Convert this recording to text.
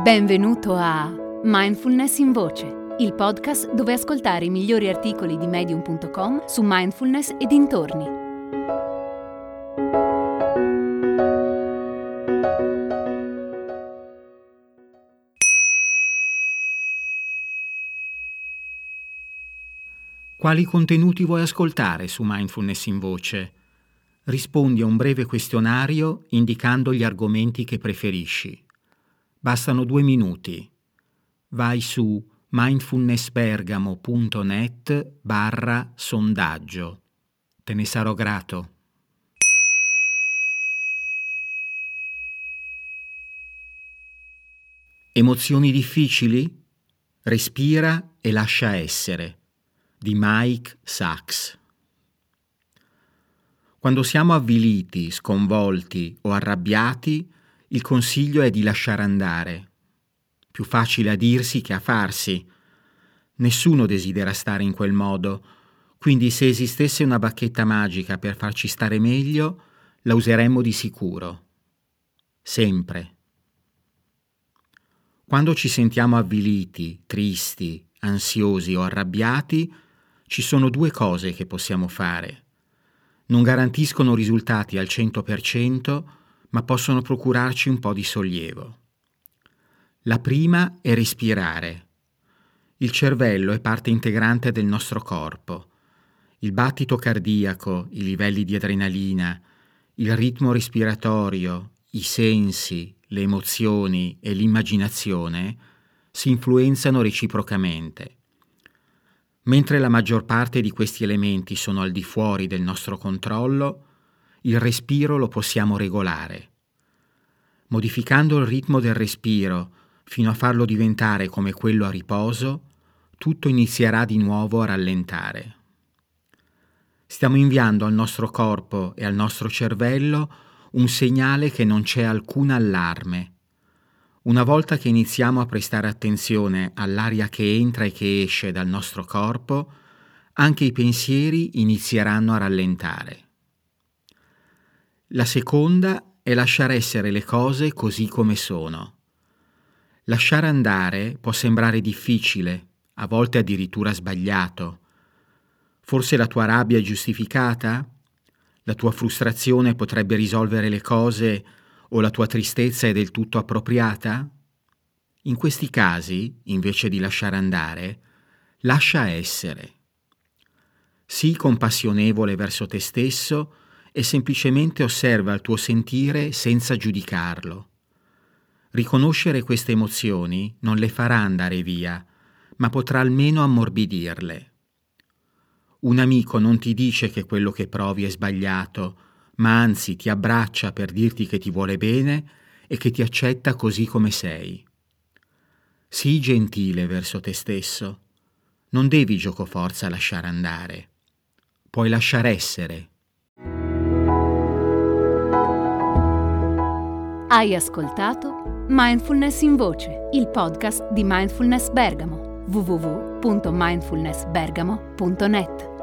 Benvenuto a Mindfulness in Voce, il podcast dove ascoltare i migliori articoli di Medium.com su mindfulness e dintorni. Quali contenuti vuoi ascoltare su Mindfulness in Voce? Rispondi a un breve questionario indicando gli argomenti che preferisci. Bastano 2 minuti. Vai su mindfulnessbergamo.net/sondaggio. Te ne sarò grato. Emozioni difficili? Respira e lascia essere. Di Mike Sacks. Quando siamo avviliti, sconvolti o arrabbiati, il consiglio è di lasciare andare. Più facile a dirsi che a farsi. Nessuno desidera stare in quel modo, quindi se esistesse una bacchetta magica per farci stare meglio, la useremmo di sicuro. Sempre. Quando ci sentiamo avviliti, tristi, ansiosi o arrabbiati, ci sono 2 cose che possiamo fare. Non garantiscono risultati al 100%, ma possono procurarci un po' di sollievo. La prima è respirare. Il cervello è parte integrante del nostro corpo. Il battito cardiaco, i livelli di adrenalina, il ritmo respiratorio, i sensi, le emozioni e l'immaginazione si influenzano reciprocamente. Mentre la maggior parte di questi elementi sono al di fuori del nostro controllo, il respiro lo possiamo regolare. Modificando il ritmo del respiro fino a farlo diventare come quello a riposo, tutto inizierà di nuovo a rallentare. Stiamo inviando al nostro corpo e al nostro cervello un segnale che non c'è alcun allarme. Una volta che iniziamo a prestare attenzione all'aria che entra e che esce dal nostro corpo, anche i pensieri inizieranno a rallentare. La seconda è lasciare essere le cose così come sono. Lasciare andare può sembrare difficile, a volte addirittura sbagliato. Forse la tua rabbia è giustificata? La tua frustrazione potrebbe risolvere le cose o la tua tristezza è del tutto appropriata? In questi casi, invece di lasciare andare, lascia essere. Sii compassionevole verso te stesso e semplicemente osserva il tuo sentire senza giudicarlo. Riconoscere queste emozioni non le farà andare via, ma potrà almeno ammorbidirle. Un amico non ti dice che quello che provi è sbagliato, ma anzi ti abbraccia per dirti che ti vuole bene e che ti accetta così come sei. Sii gentile verso te stesso. Non devi giocoforza lasciare andare. Puoi lasciare essere. Hai ascoltato Mindfulness in Voce, il podcast di Mindfulness Bergamo. www.mindfulnessbergamo.net